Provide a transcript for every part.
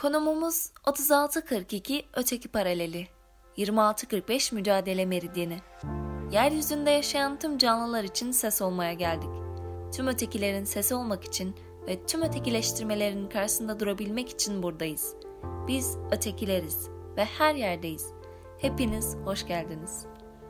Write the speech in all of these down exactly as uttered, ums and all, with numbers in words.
Konumumuz otuz altı kırk iki öteki paraleli, yirmi altı kırk beş mücadele meridyeni. Yeryüzünde yaşayan tüm canlılar için ses olmaya geldik. Tüm ötekilerin sesi olmak için ve tüm ötekileştirmelerin karşısında durabilmek için buradayız. Biz ötekileriz ve her yerdeyiz. Hepiniz hoş geldiniz.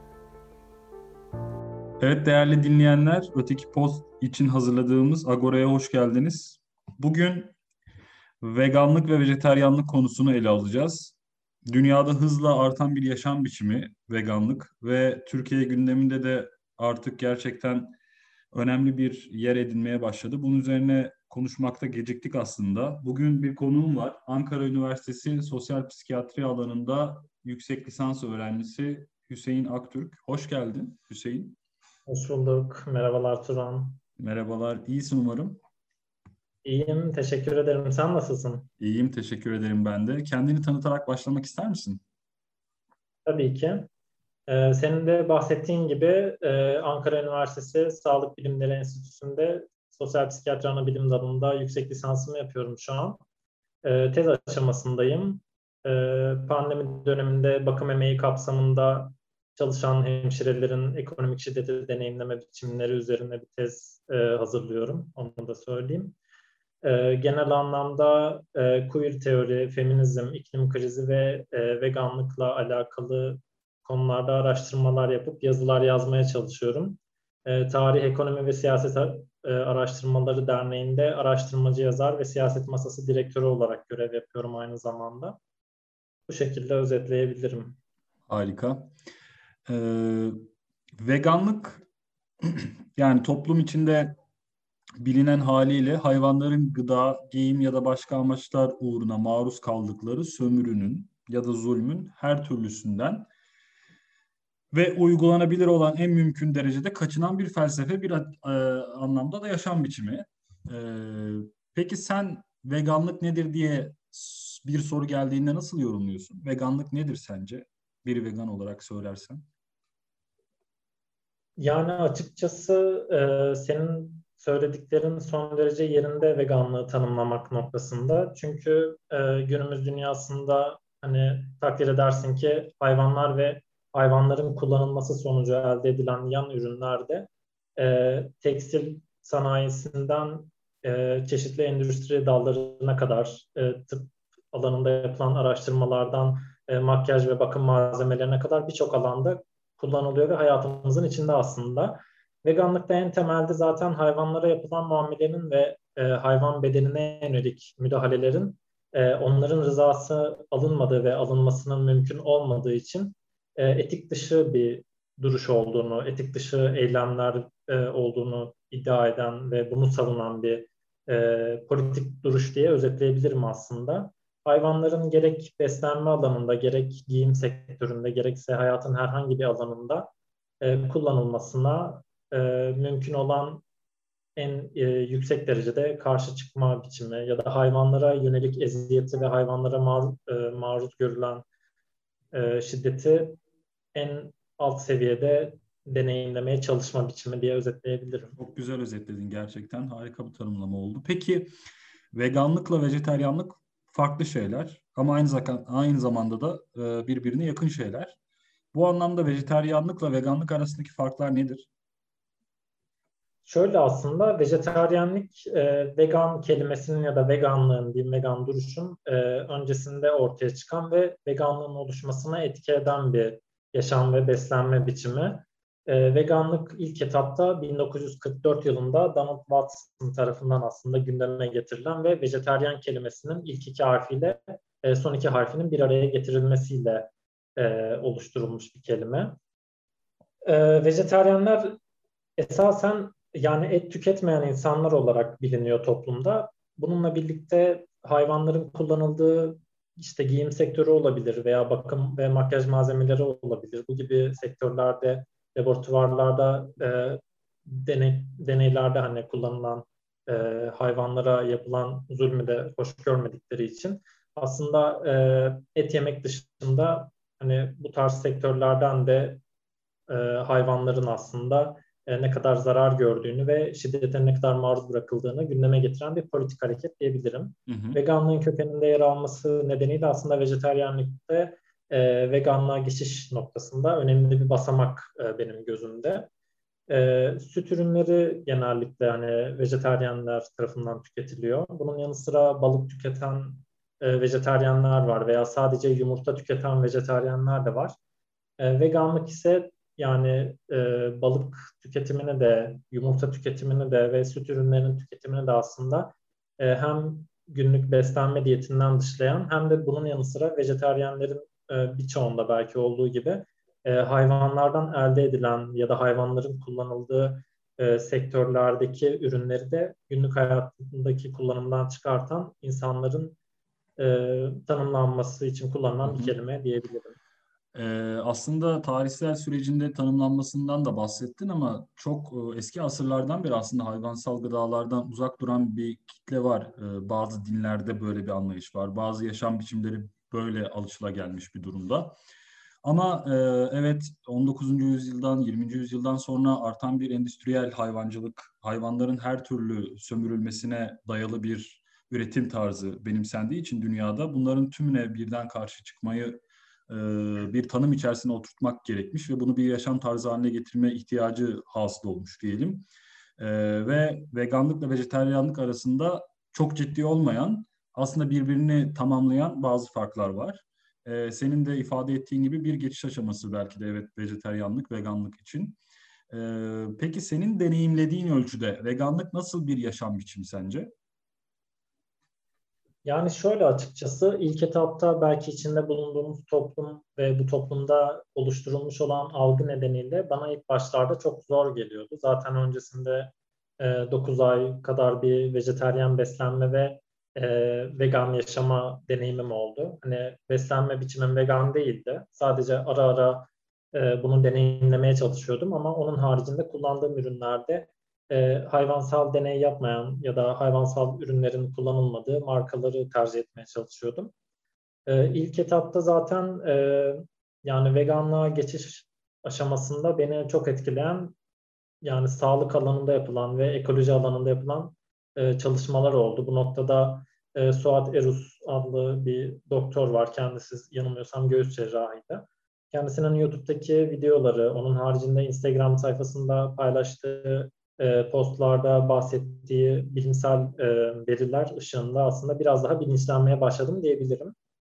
Evet değerli dinleyenler, Öteki Post için hazırladığımız Agora'ya hoş geldiniz. Bugün veganlık ve vejetaryenlik konusunu ele alacağız. Dünyada hızla artan bir yaşam biçimi veganlık ve Türkiye gündeminde de artık gerçekten önemli bir yer edinmeye başladı. Bunun üzerine konuşmakta geciktik aslında. Bugün bir konuğum var. Ankara Üniversitesi Sosyal Psikiyatri alanında yüksek lisans öğrencisi Hüseyin Aktürk. Hoş geldin Hüseyin. Hoş bulduk. Merhabalar Turan. Merhabalar, iyisin umarım. İyiyim, teşekkür ederim. Sen nasılsın? İyiyim, teşekkür ederim ben de. Kendini tanıtarak başlamak ister misin? Tabii ki. Ee, senin de bahsettiğin gibi e, Ankara Üniversitesi Sağlık Bilimleri Enstitüsü'nde Sosyal Psikiyatri Anabilim dalında yüksek lisansımı yapıyorum şu an. Ee, tez aşamasındayım. Ee, pandemi döneminde bakım emeği kapsamında çalışan hemşirelerin ekonomik şiddeti deneyimleme biçimleri üzerine bir tez e, hazırlıyorum. Onu da söyleyeyim. E, genel anlamda e, queer teori, feminizm, iklim krizi ve e, veganlıkla alakalı konularda araştırmalar yapıp yazılar yazmaya çalışıyorum. E, Tarih, Ekonomi ve Siyaset e, Araştırmaları Derneği'nde araştırmacı yazar ve siyaset masası direktörü olarak görev yapıyorum aynı zamanda. Bu şekilde özetleyebilirim. Harika. Ee, veganlık yani toplum içinde bilinen haliyle hayvanların gıda, giyim ya da başka amaçlar uğruna maruz kaldıkları sömürünün ya da zulmün her türlüsünden ve uygulanabilir olan en mümkün derecede kaçınan bir felsefe, bir e, anlamda da yaşam biçimi. E, peki sen veganlık nedir diye bir soru geldiğinde nasıl yorumluyorsun? Veganlık nedir sence? Bir vegan olarak söylersen. Yani açıkçası e, senin söylediklerin son derece yerinde veganlığı tanımlamak noktasında. Çünkü e, günümüz dünyasında hani takdir edersin ki hayvanlar ve hayvanların kullanılması sonucu elde edilen yan ürünlerde e, tekstil sanayisinden e, çeşitli endüstri dallarına kadar e, tıp alanında yapılan araştırmalardan e, makyaj ve bakım malzemelerine kadar birçok alanda kullanılıyor ve hayatımızın içinde aslında. Veganlıkta en temelde zaten hayvanlara yapılan muamelenin ve e, hayvan bedenine yönelik müdahalelerin e, onların rızası alınmadığı ve alınmasının mümkün olmadığı için e, etik dışı bir duruş olduğunu, etik dışı eylemler e, olduğunu iddia eden ve bunu savunan bir e, politik duruş diye özetleyebilirim aslında. Hayvanların gerek beslenme alanında, gerek giyim sektöründe, gerekse hayatın herhangi bir alanında e, kullanılmasına e, mümkün olan en e, yüksek derecede karşı çıkma biçimi ya da hayvanlara yönelik eziyeti ve hayvanlara maruz, e, maruz görülen e, şiddeti en alt seviyede deneyimlemeye çalışma biçimi diye özetleyebilirim. Çok güzel özetledin gerçekten. Harika bir tanımlama oldu. Peki veganlıkla vejetaryenlik farklı şeyler ama aynı zamanda aynı zamanda da e, birbirine yakın şeyler. Bu anlamda vejetaryenlikle veganlık arasındaki farklar nedir? Şöyle aslında vejetaryenlik e, vegan kelimesinin ya da veganlığın, bir vegan duruşun e, öncesinde ortaya çıkan ve veganlığın oluşmasına etki eden bir yaşam ve beslenme biçimi. E, veganlık ilk etapta bin dokuz yüz kırk dört yılında Donald Watson tarafından aslında gündeme getirilen ve vejetaryen kelimesinin ilk iki harfiyle e, son iki harfinin bir araya getirilmesiyle e, oluşturulmuş bir kelime. E, vejetaryenler esasen yani et tüketmeyen insanlar olarak biliniyor toplumda. Bununla birlikte hayvanların kullanıldığı işte giyim sektörü olabilir veya bakım ve makyaj malzemeleri olabilir. Bu gibi sektörlerde, laboratuvarlarda, e, deney, deneylerde hani kullanılan e, hayvanlara yapılan zulmü de hoş görmedikleri için aslında e, et yemek dışında hani bu tarz sektörlerden de e, hayvanların aslında e, ne kadar zarar gördüğünü ve şiddete ne kadar maruz bırakıldığını gündeme getiren bir politik hareket diyebilirim. Hı hı. Veganlığın kökeninde yer alması nedeniyle aslında vejetaryenlikte e, veganlığa geçiş noktasında önemli bir basamak e, benim gözümde. E, süt ürünleri genellikle hani vejetaryenler tarafından tüketiliyor. Bunun yanı sıra balık tüketen e, vejetaryenler var veya sadece yumurta tüketen vejetaryenler de var. E, veganlık ise yani e, balık tüketimini de, yumurta tüketimini de ve süt ürünlerinin tüketimini de aslında e, hem günlük beslenme diyetinden dışlayan hem de bunun yanı sıra vejetaryenlerin e, birçoğunda belki olduğu gibi e, hayvanlardan elde edilen ya da hayvanların kullanıldığı e, sektörlerdeki ürünleri de günlük hayatındaki kullanımdan çıkartan insanların e, tanımlanması için Hı kullanılan bir hı. kelime diyebilirim. Ee, aslında tarihsel sürecinde tanımlanmasından da bahsettin ama çok e, eski asırlardan beri aslında hayvansal gıdalardan uzak duran bir kitle var. Ee, bazı dinlerde böyle bir anlayış var. Bazı yaşam biçimleri böyle alışılagelmiş bir durumda. Ama e, evet on dokuzuncu yüzyıldan yirminci yüzyıldan sonra artan bir endüstriyel hayvancılık, hayvanların her türlü sömürülmesine dayalı bir üretim tarzı benimsendiği için dünyada bunların tümüne birden karşı çıkmayı e, bir tanım içerisine oturtmak gerekmiş ve bunu bir yaşam tarzı haline getirme ihtiyacı hasıl olmuş diyelim. E, ve veganlıkla vejetaryenlik arasında çok ciddi olmayan, aslında birbirini tamamlayan bazı farklar var. E, senin de ifade ettiğin gibi bir geçiş aşaması belki de evet vejetaryenlik, veganlık için. E, peki senin deneyimlediğin ölçüde veganlık nasıl bir yaşam biçimi sence? Yani şöyle açıkçası ilk etapta belki içinde bulunduğumuz toplum ve bu toplumda oluşturulmuş olan algı nedeniyle bana ilk başlarda çok zor geliyordu. Zaten öncesinde e, dokuz ay kadar bir vejetaryen beslenme ve e, vegan yaşama deneyimim oldu. Hani beslenme biçimim vegan değildi. Sadece ara ara e, bunu deneyimlemeye çalışıyordum ama onun haricinde kullandığım ürünlerde e, hayvansal deney yapmayan ya da hayvansal ürünlerin kullanılmadığı markaları tercih etmeye çalışıyordum. E, ilk etapta zaten e, yani veganlığa geçiş aşamasında beni çok etkileyen yani sağlık alanında yapılan ve ekoloji alanında yapılan e, çalışmalar oldu. Bu noktada e, Suat Erus adlı bir doktor var. Kendisi yanılmıyorsam göğüs cerrahıydı. Kendisinin YouTube'daki videoları, onun haricinde Instagram sayfasında paylaştığı e, postlarda bahsettiği bilimsel e, veriler ışığında aslında biraz daha bilinçlenmeye başladım diyebilirim.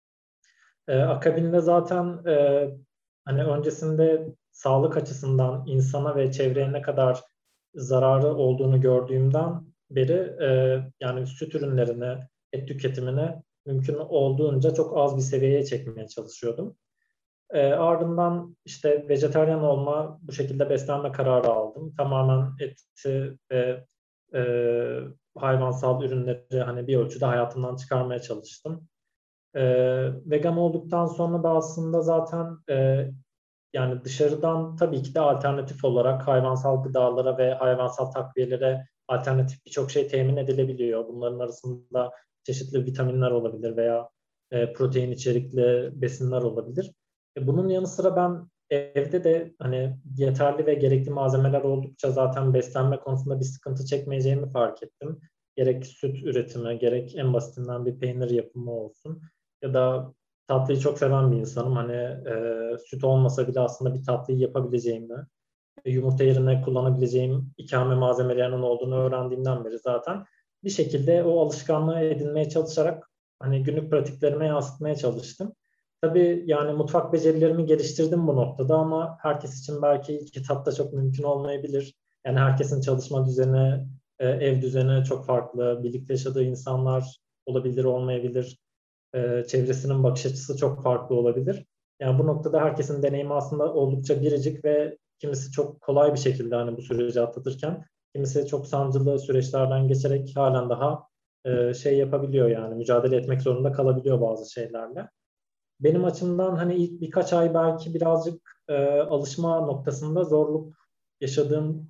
E, akabinde zaten e, hani öncesinde sağlık açısından insana ve çevreye ne kadar zararı olduğunu gördüğümden beri e, yani süt ürünlerini, et tüketimini mümkün olduğunca çok az bir seviyeye çekmeye çalışıyordum. E, ardından işte vejetaryen olma, bu şekilde beslenme kararı aldım. Tamamen eti ve e, hayvansal ürünleri hani bir ölçüde hayatımdan çıkarmaya çalıştım. E, vegan olduktan sonra da aslında zaten e, yani dışarıdan tabii ki de alternatif olarak hayvansal gıdalara ve hayvansal takviyelere alternatif birçok şey temin edilebiliyor. Bunların arasında çeşitli vitaminler olabilir veya e, protein içerikli besinler olabilir. E, bunun yanı sıra ben evde de hani yeterli ve gerekli malzemeler oldukça zaten beslenme konusunda bir sıkıntı çekmeyeceğimi fark ettim. Gerek süt üretimi, gerek en basitinden bir peynir yapımı olsun ya da tatlıyı çok seven bir insanım. Hani e, süt olmasa bile aslında bir tatlıyı yapabileceğimi, e, yumurta yerine kullanabileceğim ikame malzemelerinin olduğunu öğrendiğimden beri zaten bir şekilde o alışkanlığı edinmeye çalışarak hani günlük pratiklerime yansıtmaya çalıştım. Tabii yani mutfak becerilerimi geliştirdim bu noktada ama herkes için belki ilk etapta çok mümkün olmayabilir. Yani herkesin çalışma düzeni, e, ev düzeni çok farklı. Birlikte yaşadığı insanlar olabilir, olmayabilir. E, çevresinin bakış açısı çok farklı olabilir. Yani bu noktada herkesin deneyimi aslında oldukça biricik ve kimisi çok kolay bir şekilde hani bu süreci atlatırken kimisi çok sancılı süreçlerden geçerek halen daha e, şey yapabiliyor yani mücadele etmek zorunda kalabiliyor bazı şeylerle. Benim açımdan hani ilk birkaç ay belki birazcık e, alışma noktasında zorluk yaşadığım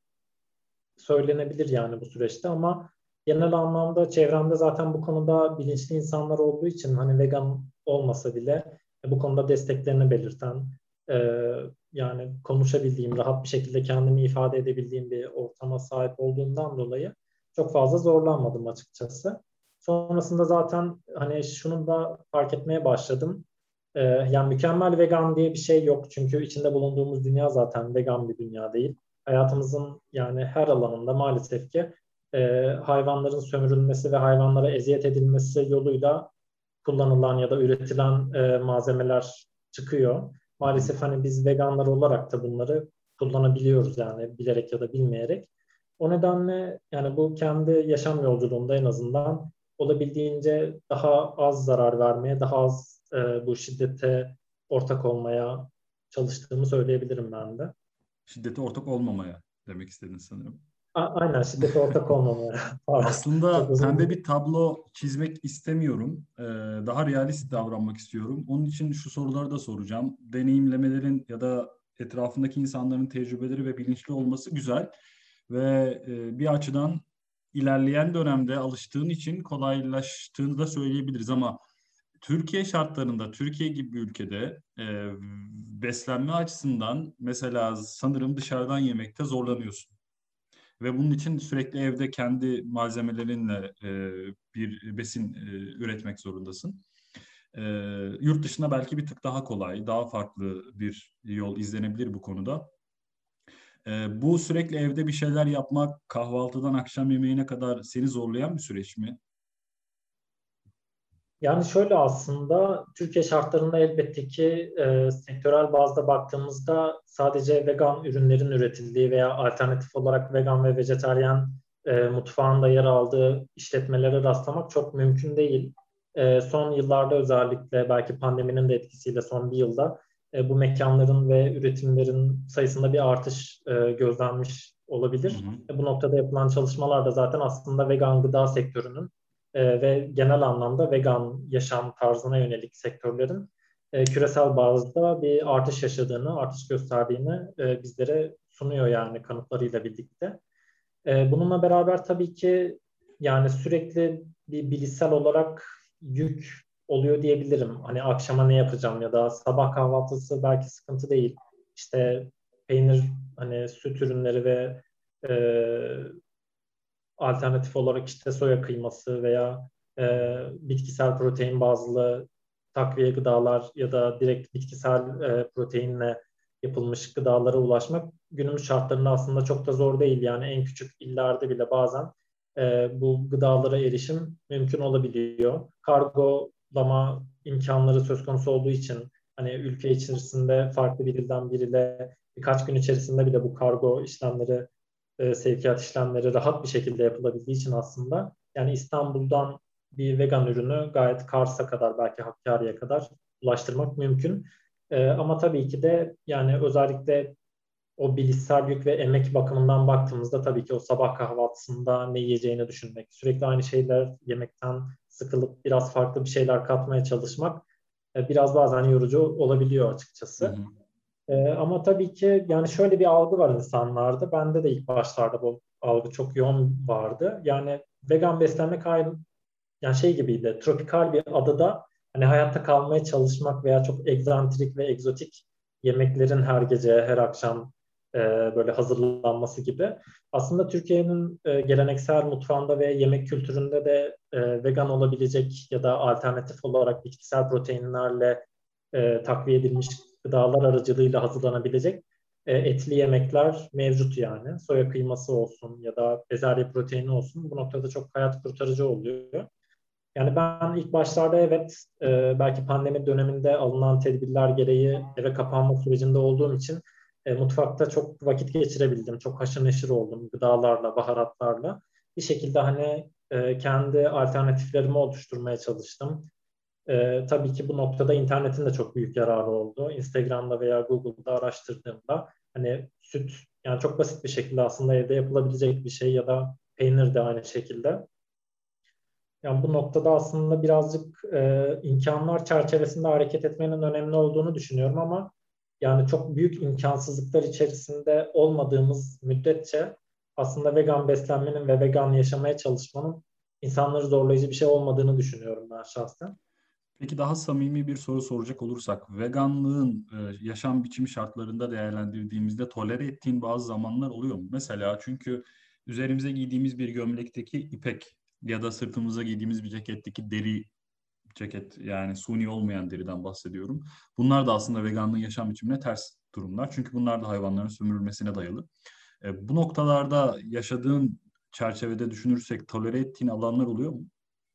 söylenebilir yani bu süreçte ama genel anlamda çevremde zaten bu konuda bilinçli insanlar olduğu için hani vegan olmasa bile bu konuda desteklerini belirten, e, yani konuşabildiğim, rahat bir şekilde kendimi ifade edebildiğim bir ortama sahip olduğumdan dolayı çok fazla zorlanmadım açıkçası. Sonrasında zaten hani şunu da fark etmeye başladım. Ee, yani mükemmel vegan diye bir şey yok. Çünkü içinde bulunduğumuz dünya zaten vegan bir dünya değil. Hayatımızın yani her alanında maalesef ki e, hayvanların sömürülmesi ve hayvanlara eziyet edilmesi yoluyla kullanılan ya da üretilen e, malzemeler çıkıyor. Maalesef hani biz veganlar olarak da bunları kullanabiliyoruz yani bilerek ya da bilmeyerek. O nedenle yani bu kendi yaşam yolculuğumda en azından olabildiğince daha az zarar vermeye, daha az e, bu şiddete ortak olmaya çalıştığımı söyleyebilirim ben de. Şiddete ortak olmamaya demek istedin sanırım. A- aynen şiddete ortak olmamaya. Çok Aslında uzun. pembe bir tablo çizmek istemiyorum. Ee, daha realist davranmak istiyorum. Onun için şu soruları da soracağım. Deneyimlemelerin ya da etrafındaki insanların tecrübeleri ve bilinçli olması güzel. Ve e, bir açıdan ilerleyen dönemde alıştığın için kolaylaştığını da söyleyebiliriz. Ama Türkiye şartlarında, Türkiye gibi bir ülkede e, beslenme açısından mesela sanırım dışarıdan yemekte zorlanıyorsun. Ve bunun için sürekli evde kendi malzemelerinle e, bir besin e, üretmek zorundasın. E, Yurt dışında belki bir tık daha kolay, daha farklı bir yol izlenebilir bu konuda. E, bu sürekli evde bir şeyler yapmak, kahvaltıdan akşam yemeğine kadar seni zorlayan bir süreç mi? Yani şöyle aslında Türkiye şartlarında elbette ki e, sektörel bazda baktığımızda sadece vegan ürünlerin üretildiği veya alternatif olarak vegan ve vejetaryen e, mutfağın da yer aldığı işletmelere rastlamak çok mümkün değil. E, son yıllarda özellikle belki pandeminin de etkisiyle son bir yılda e, bu mekanların ve üretimlerin sayısında bir artış e, gözlenmiş Hı olabilir. hı. E, bu noktada yapılan çalışmalar da zaten aslında vegan gıda sektörünün e, ve genel anlamda vegan yaşam tarzına yönelik sektörlerin e, küresel bazda bir artış yaşadığını, artış gösterdiğini e, bizlere sunuyor yani kanıtlarıyla birlikte. E, bununla beraber tabii ki yani sürekli bir bilişsel olarak yük oluyor diyebilirim. Hani akşama ne yapacağım ya da sabah kahvaltısı belki sıkıntı değil. İşte peynir, hani süt ürünleri ve e, alternatif olarak işte soya kıyması veya e, bitkisel protein bazlı takviye gıdalar ya da direkt bitkisel e, proteinle yapılmış gıdalara ulaşmak günümüz şartlarında aslında çok da zor değil. Yani en küçük illerde bile bazen e, bu gıdalara erişim mümkün olabiliyor. Kargolama imkanları söz konusu olduğu için hani ülke içerisinde farklı bir ilden biriyle birkaç gün içerisinde bile bu kargo işlemleri e, sevkiyat işlemleri rahat bir şekilde yapılabildiği için aslında yani İstanbul'dan bir vegan ürünü gayet Kars'a kadar belki Hakkari'ye kadar ulaştırmak mümkün. E, ama tabii ki de yani özellikle o bilişsel yük ve emek bakımından baktığımızda tabii ki o sabah kahvaltısında ne yiyeceğini düşünmek, sürekli aynı şeyler yemekten sıkılıp biraz farklı bir şeyler katmaya çalışmak e, biraz bazen yorucu olabiliyor Hı açıkçası. hı. Ee, ama tabii ki yani şöyle bir algı var insanlarda. Bende de ilk başlarda bu algı çok yoğun vardı. Yani vegan beslenmek aynı yani şey gibiydi. Tropikal bir adada hani hayatta kalmaya çalışmak veya çok egzantrik ve egzotik yemeklerin her gece, her akşam e, böyle hazırlanması gibi. Aslında Türkiye'nin e, geleneksel mutfağında ve yemek kültüründe de e, vegan olabilecek ya da alternatif olarak bitkisel proteinlerle e, takviye edilmiş gıdalar aracılığıyla hazırlanabilecek e, etli yemekler mevcut yani. Soya kıyması olsun ya da bezelye proteini olsun bu noktada çok hayat kurtarıcı oluyor. Yani ben ilk başlarda evet e, belki pandemi döneminde alınan tedbirler gereği eve kapanma sürecinde olduğum için e, mutfakta çok vakit geçirebildim. Çok haşır neşir oldum gıdalarla, baharatlarla. Bir şekilde hani e, kendi alternatiflerimi oluşturmaya çalıştım. E, tabii ki bu noktada internetin de çok büyük yararı oldu. Instagram'da veya Google'da araştırdığımda hani süt yani çok basit bir şekilde aslında evde yapılabilecek bir şey ya da peynir de aynı şekilde. Yani bu noktada aslında birazcık e, imkanlar çerçevesinde hareket etmenin önemli olduğunu düşünüyorum ama yani çok büyük imkansızlıklar içerisinde olmadığımız müddetçe aslında vegan beslenmenin ve vegan yaşamaya çalışmanın insanları zorlayıcı bir şey olmadığını düşünüyorum ben şahsen. Peki daha samimi bir soru soracak olursak, veganlığın e, yaşam biçimi şartlarında değerlendirdiğimizde tolere ettiğin bazı zamanlar oluyor mu? Mesela çünkü üzerimize giydiğimiz bir gömlekteki ipek ya da sırtımıza giydiğimiz bir ceketteki deri ceket, yani suni olmayan deriden bahsediyorum. Bunlar da aslında veganlığın yaşam biçimine ters durumlar. Çünkü bunlar da hayvanların sömürülmesine dayalı. E, bu noktalarda yaşadığın çerçevede düşünürsek tolere ettiğin alanlar oluyor mu?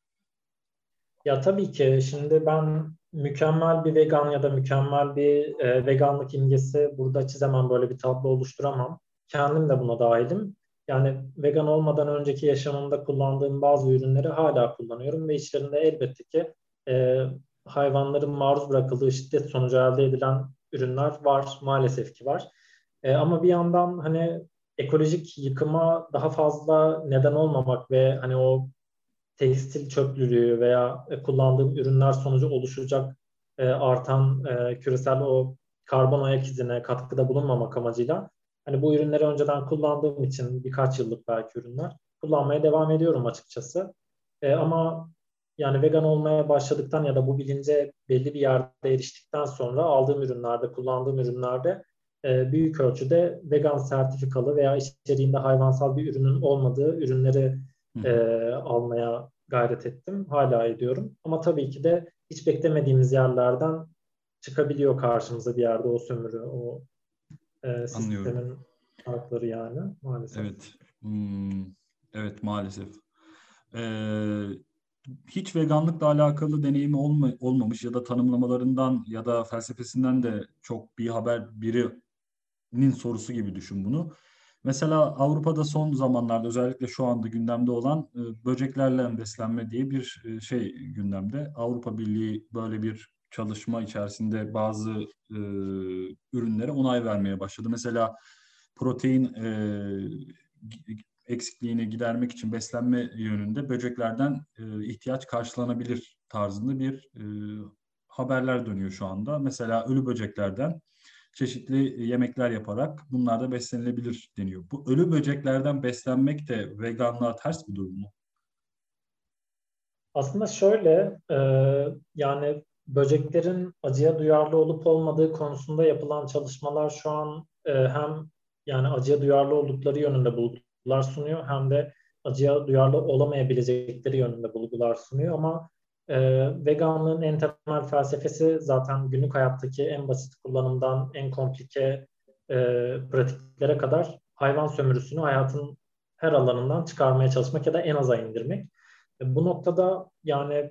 Ya tabii ki şimdi ben mükemmel bir vegan ya da mükemmel bir e, veganlık imgesi burada çizemem, böyle bir tablo oluşturamam. Kendim de buna dahilim. Yani vegan olmadan önceki yaşamımda kullandığım bazı ürünleri hala kullanıyorum ve içlerinde elbette ki e, hayvanların maruz bırakıldığı şiddet sonucu elde edilen ürünler var, maalesef ki var. E, ama bir yandan hani ekolojik yıkıma daha fazla neden olmamak ve hani o tekstil çöplülüğü veya e, kullandığım ürünler sonucu oluşacak e, artan e, küresel o karbon ayak izine katkıda bulunmamak amacıyla hani bu ürünleri önceden kullandığım için birkaç yıllık belki ürünler kullanmaya devam ediyorum açıkçası. E, ama yani vegan olmaya başladıktan ya da bu bilince belli bir yerde eriştikten sonra aldığım ürünlerde, kullandığım ürünlerde e, büyük ölçüde vegan sertifikalı veya içeriğinde hayvansal bir ürünün olmadığı ürünleri Hı e, hı. almaya gayret ettim. Hala ediyorum. Ama tabii ki de hiç beklemediğimiz yerlerden çıkabiliyor karşımıza bir yerde o sömürü, o e, Anlıyorum. sistemin farkları yani maalesef. Evet. Hmm, evet maalesef. Ee, Hiç veganlıkla alakalı deneyimi olma, olmamış ya da tanımlamalarından ya da felsefesinden de çok bir haber birinin sorusu gibi düşün bunu. Mesela Avrupa'da son zamanlarda özellikle şu anda gündemde olan e, böceklerle beslenme diye bir e, şey gündemde. Avrupa Birliği böyle bir çalışma içerisinde bazı e, ürünlere onay vermeye başladı. Mesela protein e, eksikliğini gidermek için beslenme yönünde böceklerden e, ihtiyaç karşılanabilir tarzında bir e, haberler dönüyor şu anda. Mesela ölü böceklerden çeşitli yemekler yaparak bunlar da beslenilebilir deniyor. Bu ölü böceklerden beslenmek de veganlığa ters bir durum mu? Aslında şöyle e, yani böceklerin acıya duyarlı olup olmadığı konusunda yapılan çalışmalar şu an e, hem yani acıya duyarlı oldukları yönünde bulgular sunuyor hem de acıya duyarlı olamayabilecekleri yönünde bulgular sunuyor. Ama e, veganlığın en temel felsefesi zaten günlük hayattaki en basit kullanımdan en komplike e, pratiklere kadar hayvan sömürüsünü hayatın her alanından çıkarmaya çalışmak ya da en aza indirmek. E, Bu noktada yani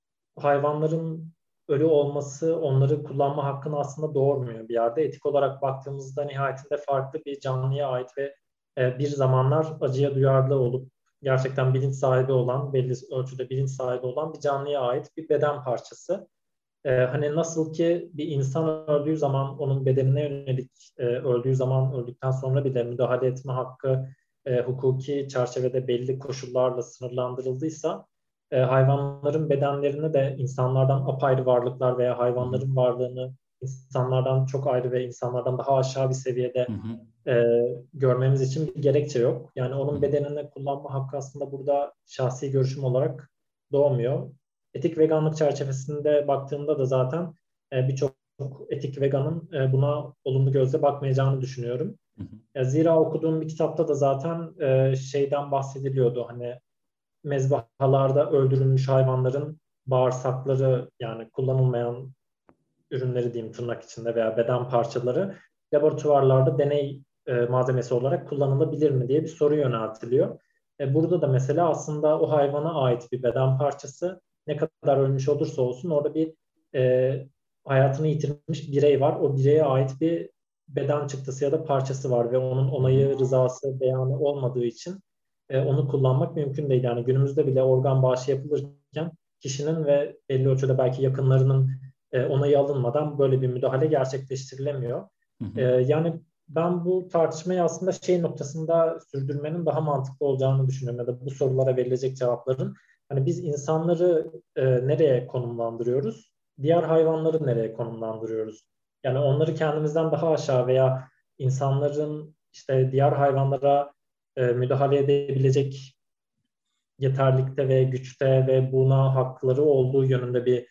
hayvanların ölü olması onları kullanma hakkını aslında doğurmuyor bir yerde. Etik olarak baktığımızda nihayetinde farklı bir canlıya ait ve e, bir zamanlar acıya duyarlı olup gerçekten bilinç sahibi olan, belli ölçüde bilinç sahibi olan bir canlıya ait bir beden parçası. E, hani nasıl ki bir insan öldüğü zaman onun bedenine yönelik e, öldüğü zaman öldükten sonra bile müdahale etme hakkı e, hukuki çerçevede belli koşullarla sınırlandırıldıysa e, hayvanların bedenlerini de insanlardan apayrı varlıklar veya Hı hı, hayvanların varlığını insanlardan çok ayrı ve insanlardan daha aşağı bir seviyede hı hı, e, görmemiz için bir gerekçe yok. Yani hı onun hı, bedenini kullanma hakkı aslında burada şahsi görüşüm olarak doğmuyor. Etik veganlık çerçevesinde baktığımda da zaten e, birçok etik veganın e, buna olumlu gözle bakmayacağını düşünüyorum. hı hı, Ya zira okuduğum bir kitapta da zaten e, şeyden bahsediliyordu. Hani mezbahalarda öldürülmüş hayvanların bağırsakları yani kullanılmayan ürünleri diyeyim tırnak içinde veya beden parçaları laboratuvarlarda deney e, malzemesi olarak kullanılabilir mi diye bir soru yöneltiliyor. E, burada da mesela aslında o hayvana ait bir beden parçası ne kadar ölmüş olursa olsun orada bir e, hayatını yitirmiş birey var. O bireye ait bir beden çıktısı ya da parçası var ve onun hı hı, onayı, rızası, beyanı olmadığı için e, onu kullanmak mümkün değil. Yani günümüzde bile organ bağışı yapılırken kişinin ve belli ölçüde belki yakınlarının e, onayı alınmadan böyle bir müdahale gerçekleştirilemiyor. hı E, hı. yani ben bu tartışmayı aslında şey noktasında sürdürmenin daha mantıklı olacağını düşünüyorum ya da bu sorulara verilecek cevapların. Hani biz insanları e, nereye konumlandırıyoruz? Diğer hayvanları nereye konumlandırıyoruz? Yani onları kendimizden daha aşağı veya insanların işte diğer hayvanlara e, müdahale edebilecek yeterlikte ve güçte ve buna hakları olduğu yönünde bir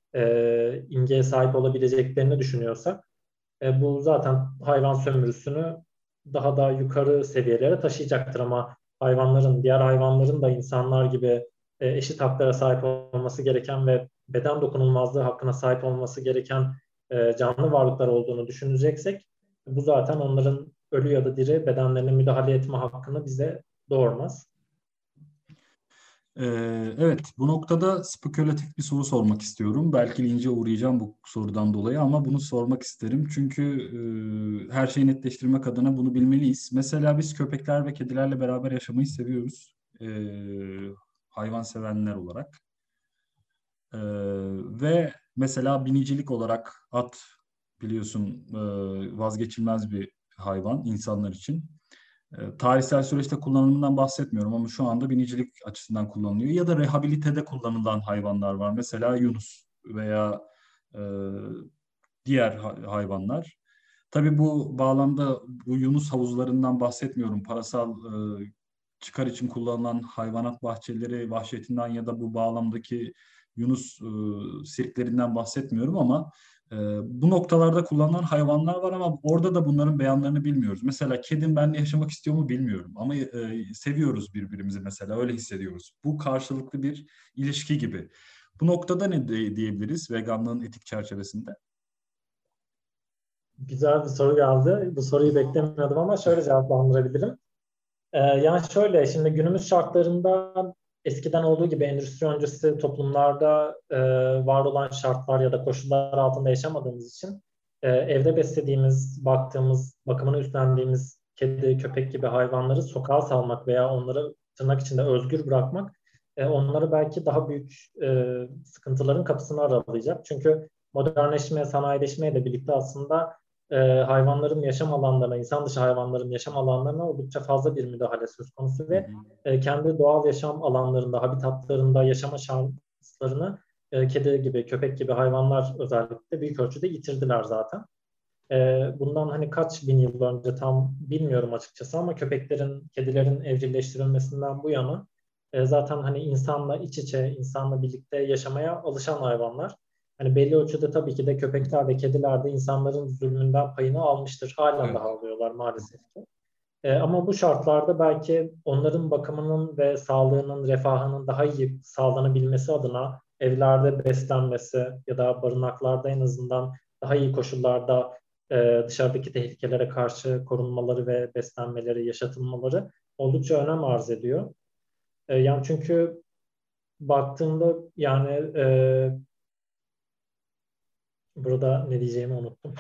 e, imgeye sahip olabileceklerini düşünüyorsak e, bu zaten hayvan sömürüsünü daha da yukarı seviyelere taşıyacaktır ama hayvanların, diğer hayvanların da insanlar gibi e, eşit haklara sahip olması gereken ve beden dokunulmazlığı hakkına sahip olması gereken e, canlı varlıklar olduğunu düşüneceksek bu zaten onların ölü ya da diri bedenlerine müdahale etme hakkını bize doğurmaz. Ee, evet, bu noktada spekülatif bir soru sormak istiyorum. Belki lince uğrayacağım bu sorudan dolayı ama bunu sormak isterim. Çünkü e, her şeyi netleştirmek adına bunu bilmeliyiz. Mesela biz köpekler ve kedilerle beraber yaşamayı seviyoruz. Ee, hayvan sevenler olarak. Ee, ve mesela binicilik olarak at biliyorsun e, vazgeçilmez bir hayvan insanlar için. E, tarihsel süreçte kullanımından bahsetmiyorum ama şu anda binicilik açısından kullanılıyor. Ya da rehabilitede kullanılan hayvanlar var. Mesela yunus veya e, diğer ha- hayvanlar. Tabii bu bağlamda bu yunus havuzlarından bahsetmiyorum. Parasal e, çıkar için kullanılan hayvanat bahçeleri vahşetinden ya da bu bağlamdaki yunus e, sirklerinden bahsetmiyorum ama e, bu noktalarda kullanılan hayvanlar var ama orada da bunların beyanlarını bilmiyoruz. Mesela kedim benimle yaşamak istiyor mu bilmiyorum ama e, seviyoruz birbirimizi mesela öyle hissediyoruz. Bu karşılıklı bir ilişki gibi. Bu noktada ne de- diyebiliriz veganlığın etik çerçevesinde? Güzel bir soru geldi. Bu soruyu beklemiyordum ama şöyle cevaplandırabilirim. Ee, yani şöyle, şimdi günümüz şartlarında eskiden olduğu gibi endüstri öncesi toplumlarda e, var olan şartlar ya da koşullar altında yaşamadığımız için e, evde beslediğimiz, baktığımız, bakımını üstlendiğimiz kedi, köpek gibi hayvanları sokağa salmak veya onları tırnak içinde özgür bırakmak e, onları belki daha büyük e, sıkıntıların kapısını aralayacak. Çünkü modernleşme, sanayileşmeyle birlikte aslında e, hayvanların yaşam alanlarına, insan dışı hayvanların yaşam alanlarına oldukça fazla bir müdahale söz konusu Hı ve hı. e, kendi doğal yaşam alanlarında, habitatlarında yaşama şanslarını e, kedi gibi, köpek gibi hayvanlar özellikle büyük ölçüde yitirdiler zaten. E, bundan hani kaç bin yıl önce tam bilmiyorum açıkçası ama köpeklerin, kedilerin evcilleştirilmesinden bu yana e, zaten hani insanla iç içe, insanla birlikte yaşamaya alışan hayvanlar. Hani belli ölçüde tabii ki de köpekler de kediler de insanların zulmünden payını almıştır. Halen Evet. daha alıyorlar maalesef ki. E, ama bu şartlarda belki onların bakımının ve sağlığının, refahının daha iyi sağlanabilmesi adına evlerde beslenmesi ya da barınaklarda en azından daha iyi koşullarda e, dışarıdaki tehlikelere karşı korunmaları ve beslenmeleri, yaşatılmaları oldukça önem arz ediyor. E, yani çünkü baktığımda yani e, burada ne diyeceğimi unuttum.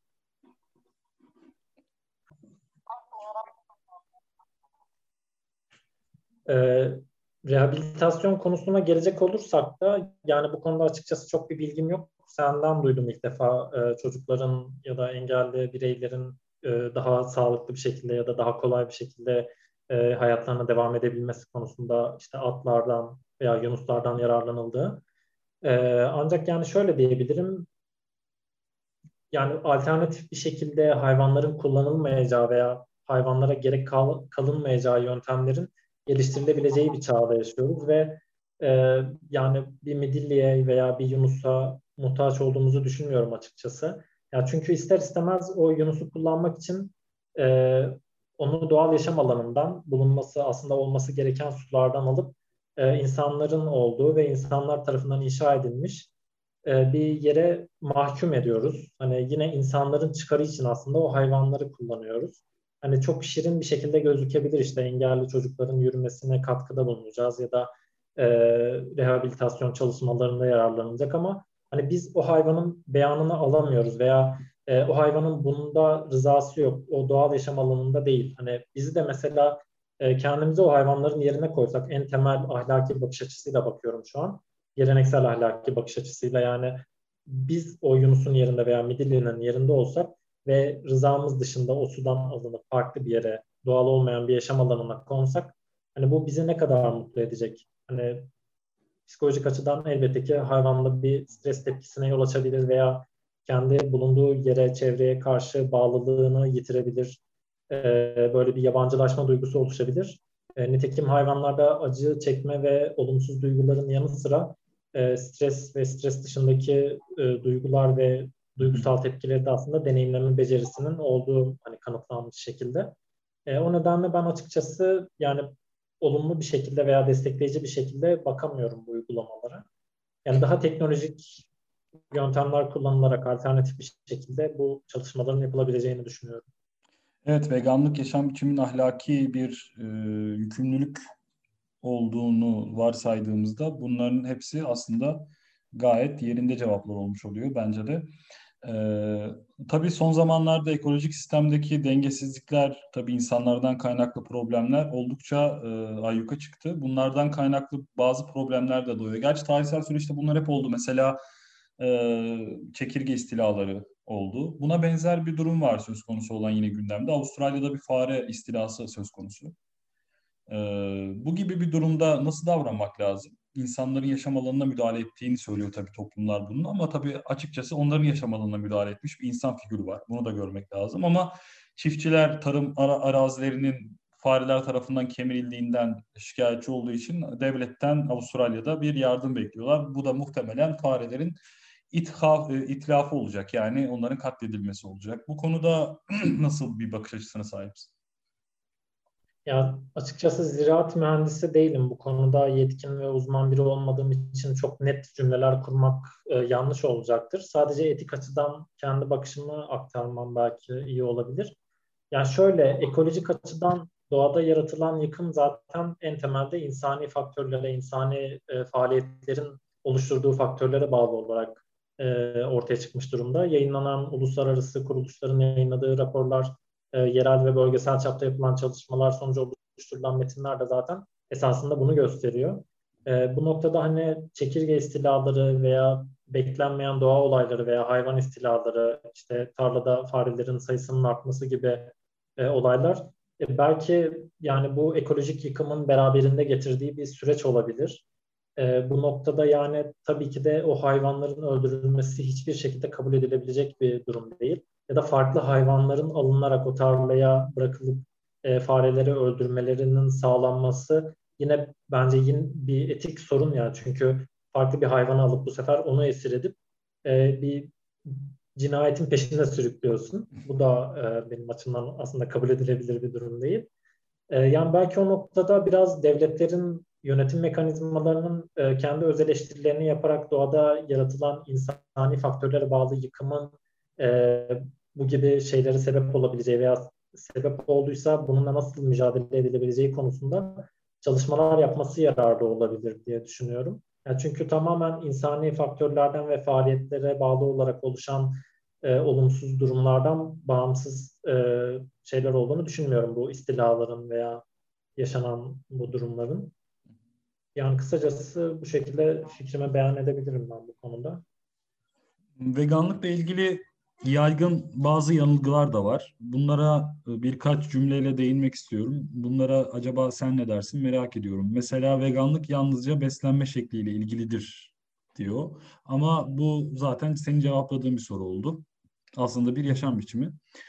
E, Rehabilitasyon konusuna gelecek olursak da yani bu konuda açıkçası çok bir bilgim yok. Senden duydum ilk defa e, çocukların ya da engelli bireylerin e, daha sağlıklı bir şekilde ya da daha kolay bir şekilde e, hayatlarına devam edebilmesi konusunda işte atlardan veya yunuslardan yararlanıldığı. E, ancak yani şöyle diyebilirim. Yani alternatif bir şekilde hayvanların kullanılmayacağı veya hayvanlara gerek kal- kalınmayacağı yöntemlerin geliştirilebileceği bir çağda yaşıyoruz ve e, yani bir midilliye veya bir yunusa muhtaç olduğumuzu düşünmüyorum açıkçası. Ya çünkü ister istemez o yunusu kullanmak için e, onu doğal yaşam alanından bulunması aslında olması gereken sulardan alıp e, insanların olduğu ve insanlar tarafından inşa edilmiş e, bir yere mahkum ediyoruz. Hani yine insanların çıkarı için aslında o hayvanları kullanıyoruz. Hani çok şirin bir şekilde gözükebilir işte engelli çocukların yürümesine katkıda bulunacağız ya da e, rehabilitasyon çalışmalarında yararlanacak ama hani biz o hayvanın beyanını alamıyoruz veya e, o hayvanın bunda rızası yok. O doğal yaşam alanında değil. Hani bizi de mesela e, kendimizi o hayvanların yerine koysak en temel ahlaki bakış açısıyla bakıyorum şu an geleneksel ahlaki bakış açısıyla yani biz o Yunus'un yerinde veya Midilli'nin yerinde olsak ve rızamız dışında o sudan alınıp farklı bir yere doğal olmayan bir yaşam alanına konsak hani bu bizi ne kadar mutlu edecek? Hani psikolojik açıdan elbette ki hayvanla bir stres tepkisine yol açabilir veya kendi bulunduğu yere, çevreye karşı bağlılığını yitirebilir. Ee, böyle bir yabancılaşma duygusu oluşabilir. Ee, nitekim hayvanlarda acı çekme ve olumsuz duyguların yanı sıra e, stres ve stres dışındaki e, duygular ve duygusal tepkileri de aslında deneyimleme becerisinin olduğu hani kanıtlanmış şekilde. E, o nedenle ben açıkçası yani olumlu bir şekilde veya destekleyici bir şekilde bakamıyorum bu uygulamalara. Yani daha teknolojik yöntemler kullanılarak alternatif bir şekilde bu çalışmaların yapılabileceğini düşünüyorum. Evet, veganlık yaşam biçiminin ahlaki bir e, yükümlülük olduğunu varsaydığımızda bunların hepsi aslında gayet yerinde cevaplar olmuş oluyor bence de. Ee, tabii son zamanlarda ekolojik sistemdeki dengesizlikler, tabii insanlardan kaynaklı problemler oldukça e, ayyuka çıktı. Bunlardan kaynaklı bazı problemler de doğuyor. Gerçi tarihsel süreçte bunlar hep oldu. Mesela e, çekirge istilaları oldu. Buna benzer bir durum var söz konusu olan yine gündemde. Avustralya'da bir fare istilası söz konusu. Ee, bu gibi bir durumda nasıl davranmak lazım? İnsanların yaşam alanına müdahale ettiğini söylüyor tabii toplumlar bunun, ama tabii açıkçası onların yaşam alanına müdahale etmiş bir insan figürü var. Bunu da görmek lazım, ama çiftçiler tarım ara arazilerinin fareler tarafından kemirildiğinden şikayetçi olduğu için devletten Avustralya'da bir yardım bekliyorlar. Bu da muhtemelen farelerin ithaf, e, itlafı olacak, yani onların katledilmesi olacak. Bu konuda nasıl bir bakış açısına sahipsin? Ya açıkçası ziraat mühendisi değilim. Bu konuda yetkin ve uzman biri olmadığım için çok net cümleler kurmak e, yanlış olacaktır. Sadece etik açıdan kendi bakışımı aktarmam belki iyi olabilir. Yani şöyle, ekolojik açıdan doğada yaratılan yıkım zaten en temelde insani faktörlere, insani e, faaliyetlerin oluşturduğu faktörlere bağlı olarak e, ortaya çıkmış durumda. Yayınlanan uluslararası kuruluşların yayınladığı raporlar, e, yerel ve bölgesel çapta yapılan çalışmalar sonucu oluşturulan metinler de zaten esasında bunu gösteriyor. E, bu noktada hani çekirge istilaları veya beklenmeyen doğa olayları veya hayvan istilaları, işte tarlada farelerin sayısının artması gibi e, olaylar e, belki yani bu ekolojik yıkımın beraberinde getirdiği bir süreç olabilir. E, bu noktada yani tabii ki de o hayvanların öldürülmesi hiçbir şekilde kabul edilebilecek bir durum değil. Ya da farklı hayvanların alınarak o tarlaya bırakılıp e, fareleri öldürmelerinin sağlanması yine bence yine bir etik sorun ya. Çünkü farklı bir hayvanı alıp bu sefer onu esir edip e, bir cinayetin peşinde sürüklüyorsun. Bu da e, benim açımdan aslında kabul edilebilir bir durum değil. E, yani belki o noktada biraz devletlerin yönetim mekanizmalarının e, kendi öz eleştirilerini yaparak doğada yaratılan insani faktörlere bağlı yıkımın e, bu gibi şeylere sebep olabileceği veya sebep olduysa bununla nasıl mücadele edilebileceği konusunda çalışmalar yapması yararlı olabilir diye düşünüyorum. Yani çünkü tamamen insani faktörlerden ve faaliyetlere bağlı olarak oluşan e, olumsuz durumlardan bağımsız e, şeyler olduğunu düşünmüyorum bu istilaların veya yaşanan bu durumların. Yani kısacası bu şekilde fikrimi beyan edebilirim ben bu konuda. Veganlıkla ilgili yaygın bazı yanılgılar da var. Bunlara e, birkaç cümleyle değinmek istiyorum. Bunlara acaba sen ne dersin merak ediyorum. Mesela veganlık yalnızca beslenme şekliyle ilgilidir diyor. Ama bu zaten senin cevapladığın bir soru oldu. Aslında bir yaşam biçimi.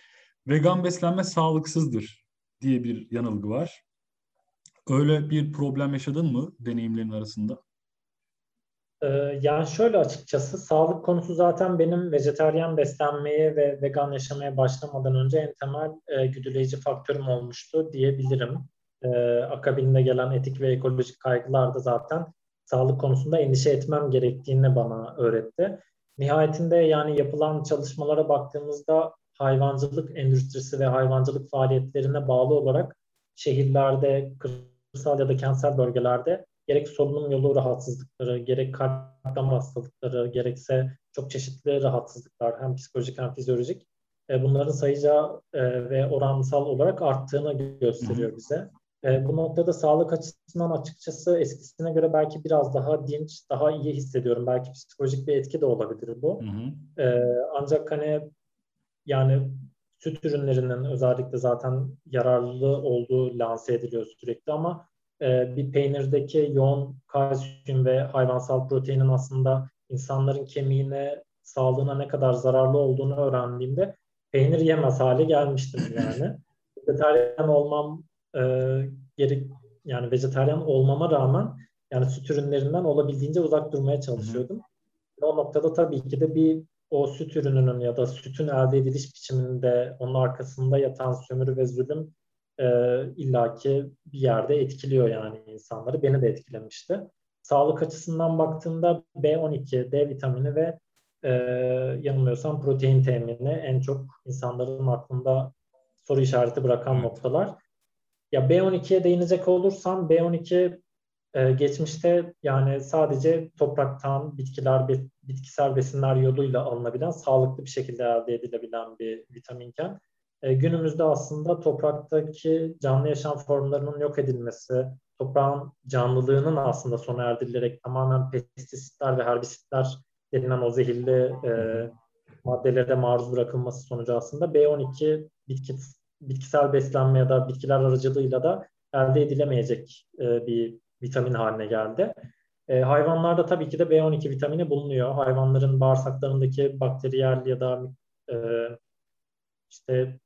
Vegan beslenme sağlıksızdır diye bir yanılgı var. Öyle bir problem yaşadın mı deneyimlerin arasında? Ee, yani şöyle açıkçası sağlık konusu zaten benim vejetaryen beslenmeye ve vegan yaşamaya başlamadan önce en temel e, güdüleyici faktörüm olmuştu diyebilirim. Ee, akabinde gelen etik ve ekolojik kaygılar da zaten sağlık konusunda endişe etmem gerektiğini bana öğretti. Nihayetinde yani yapılan çalışmalara baktığımızda hayvancılık endüstrisi ve hayvancılık faaliyetlerine bağlı olarak şehirlerde, kırsal ya da kentsel bölgelerde gerek solunum yolu rahatsızlıkları, gerek kalp damar hastalıkları, gerekse çok çeşitli rahatsızlıklar hem psikolojik hem fizyolojik e, bunların sayıca e, ve oransal olarak arttığını gösteriyor bize. E, bu noktada sağlık açısından açıkçası eskisine göre belki biraz daha dinç, daha iyi hissediyorum. Belki psikolojik bir etki de olabilir bu. Hı hı. E, ancak hani yani süt ürünlerinin özellikle zaten yararlı olduğu lanse ediliyor sürekli ama e, bir peynirdeki yoğun kalsiyum ve hayvansal proteinin aslında insanların kemiğine, sağlığına ne kadar zararlı olduğunu öğrendiğimde peynir yemez hale gelmiştim yani. Vejetaryen olmam e, gerek yani vejetaryen olmama rağmen Yani süt ürünlerinden olabildiğince uzak durmaya çalışıyordum. Hı hı. O noktada tabii ki de bir o süt ürününün ya da sütün elde ediliş biçiminde onun arkasında yatan sömürü ve zulüm e, illaki bir yerde etkiliyor yani insanları. Beni de etkilemişti. Sağlık açısından baktığımda B on iki, D vitamini ve e, yanılmıyorsam protein temini en çok insanların aklında soru işareti bırakan evet. noktalar. Ya B on ikiye değinecek olursam B on iki e, geçmişte yani sadece topraktan bitkiler, bitkisel besinler yoluyla alınabilen, sağlıklı bir şekilde elde edilebilen bir vitaminken e, günümüzde aslında topraktaki canlı yaşam formlarının yok edilmesi, toprağın canlılığının aslında sona erdirilerek tamamen pestisitler ve herbisitler denilen o zehirli e, maddelere maruz bırakılması sonucu aslında B on iki bitki, bitkisel beslenme ya da bitkiler aracılığıyla da elde edilemeyecek e, bir vitamin haline geldi. E, hayvanlarda tabii ki de B on iki vitamini bulunuyor. Hayvanların bağırsaklarındaki bakteriyel ya da e, işte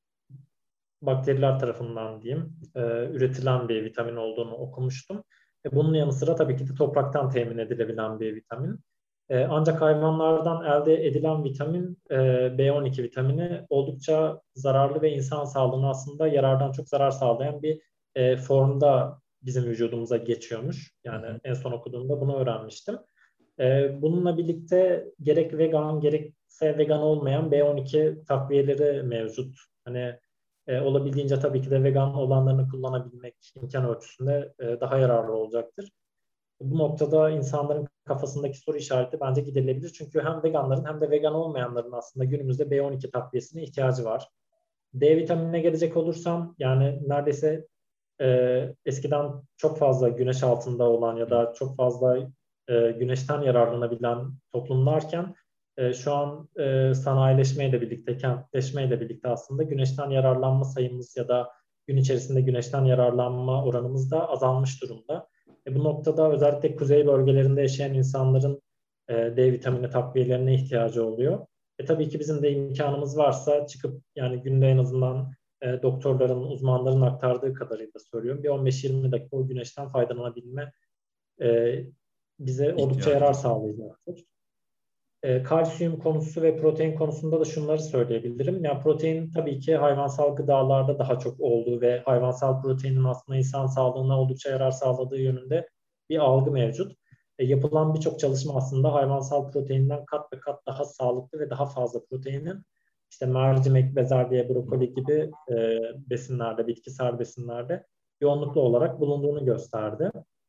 bakteriler tarafından diyeyim e, üretilen bir vitamin olduğunu okumuştum. E, bunun yanı sıra tabii ki de topraktan temin edilebilen bir vitamin. E, ancak hayvanlardan elde edilen vitamin e, B on iki vitamini oldukça zararlı ve insan sağlığına aslında yarardan çok zarar sağlayan bir e, formda bizim vücudumuza geçiyormuş. Yani en son okuduğumda bunu öğrenmiştim. E, bununla birlikte gerek vegan gerekse vegan olmayan B on iki takviyeleri mevcut. Hani e, olabildiğince tabii ki de vegan olanlarını kullanabilmek imkan ölçüsünde e, daha yararlı olacaktır. Bu noktada insanların kafasındaki soru işareti bence giderilebilir. Çünkü hem veganların hem de vegan olmayanların aslında günümüzde B on iki takviyesine ihtiyacı var. D vitaminine gelecek olursam yani neredeyse e, eskiden çok fazla güneş altında olan ya da çok fazla e, güneşten yararlanabilen toplumlarken e, şu an e, sanayileşmeyle birlikte, kentleşmeyle birlikte aslında güneşten yararlanma sayımız ya da gün içerisinde güneşten yararlanma oranımız da azalmış durumda. E, bu noktada özellikle kuzey bölgelerinde yaşayan insanların e, D vitamini takviyelerine ihtiyacı oluyor. E, tabii ki bizim de imkanımız varsa çıkıp yani günde en azından e, doktorların, uzmanların aktardığı kadarıyla söylüyorum. Bir on beş yirmi dakika o güneşten faydalanabilme e, bize oldukça yarar sağlayacaktır. E, kalsiyum konusu ve protein konusunda da şunları söyleyebilirim. Yani protein tabii ki hayvansal gıdalarda daha çok olduğu ve hayvansal proteinin aslında insan sağlığına oldukça yarar sağladığı yönünde bir algı mevcut. E, yapılan birçok çalışma aslında hayvansal proteinden kat ve kat daha sağlıklı ve daha fazla proteinin işte mercimek, bezelye, brokoli gibi e, besinlerde, bitkisel besinlerde yoğunluklu olarak bulunduğunu gösterdi.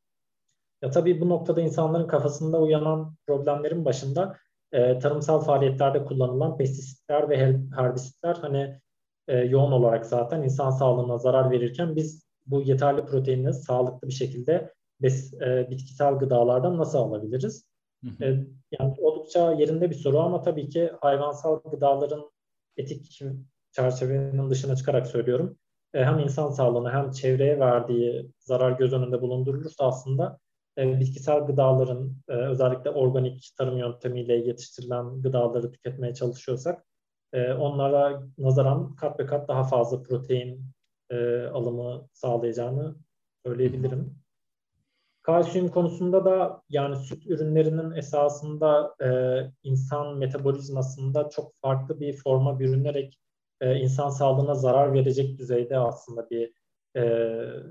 Ya tabii bu noktada insanların kafasında uyanan problemlerin başında e, tarımsal faaliyetlerde kullanılan pestisitler ve herbisitler hani e, yoğun olarak zaten insan sağlığına zarar verirken biz bu yeterli proteini sağlıklı bir şekilde bes, e, bitkisel gıdalardan nasıl alabiliriz? Hı hı. E, yani oldukça yerinde bir soru ama tabii ki hayvansal gıdaların etik çerçevenin dışına çıkarak söylüyorum. E, hem insan sağlığına hem çevreye verdiği zarar göz önünde bulundurulursa aslında e, bitkisel gıdaların e, özellikle organik tarım yöntemiyle yetiştirilen gıdaları tüketmeye çalışıyorsak e, onlara nazaran kat ve kat daha fazla protein e, alımı sağlayacağını söyleyebilirim. Kalsiyum konusunda da yani süt ürünlerinin esasında e, insan metabolizmasında çok farklı bir forma bürünerek e, insan sağlığına zarar verecek düzeyde aslında bir e,